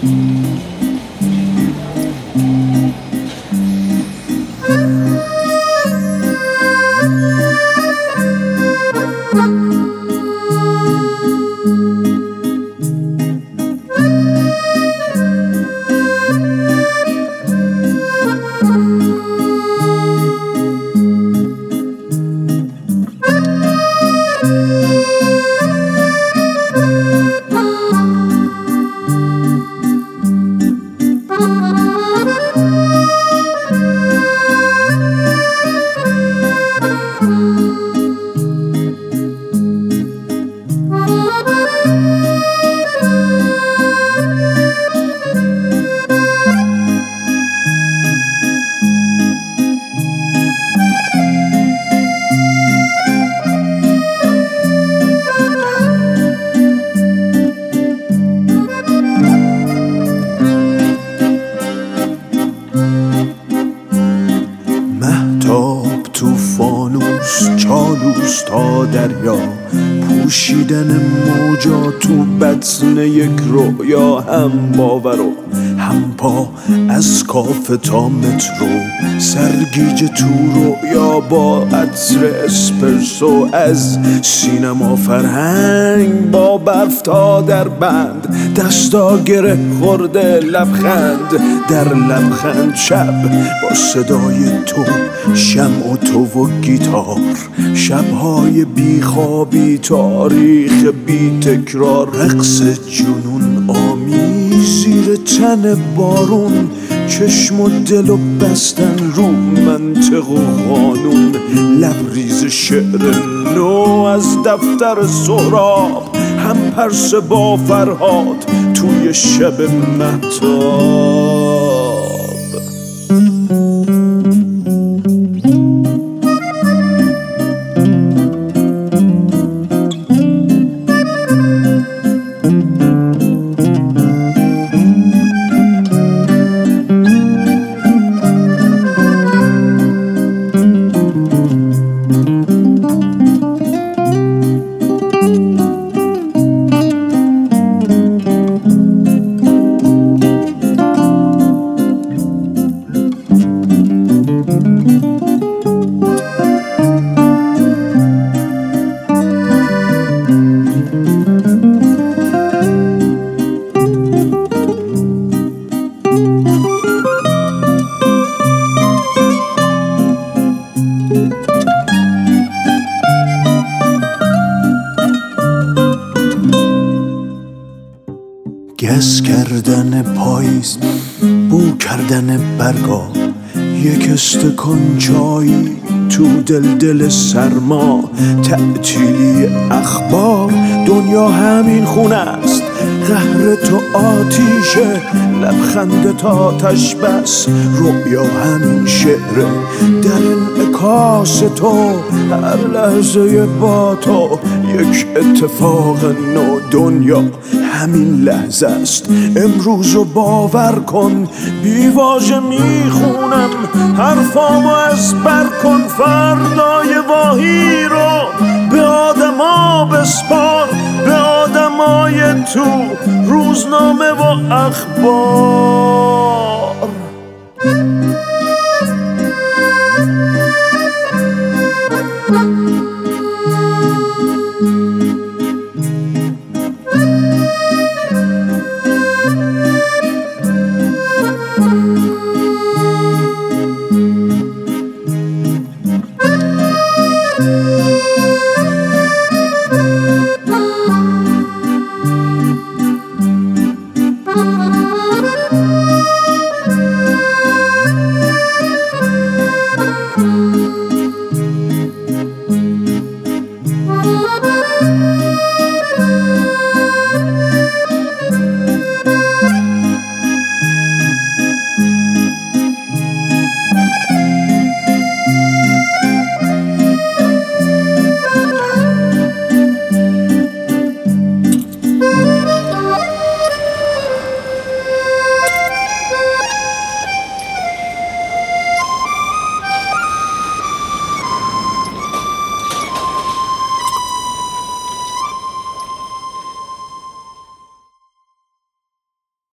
تو فانوس چالوس تا دریا، پوشیدن موجا تو بطن یک رویا، هم باور و هم پا از کافه تا مترو، سرگیج تو رویا با عطر اسپرسو، از سینما فرهنگ با برف تا در بند، دستا گره خورده لبخند در لبخند، شب با صدای تو، شمع و تو و گیتار، شبهای بیخوابی، تاریخ بی تکرار، رقص جنون آمیز زیر تن بارون، چشم و دل و بستن رو منطق و قانون، لبریز شعر نو از دفتر سهراب، هم پرسه با فرهاد توی شب مهتاب. گس کردن پاییز، بو کردن برگا، یک استکان چای تو دل سرما، تعطیلی اخبار، دنیا همین خونه است، قهر تو آتیشه، لبخند تا آتش بس، رؤیا همین شعره، در انعکاس تو، هر لحظه با تو یک اتفاق نو، دنیا همین لحظه است، امروزو باور کن، بی واژه میخونم حرفامو از بر کن، فردای واهی رو به آدما بسپار، به آدمای تو روزنامه و اخبار.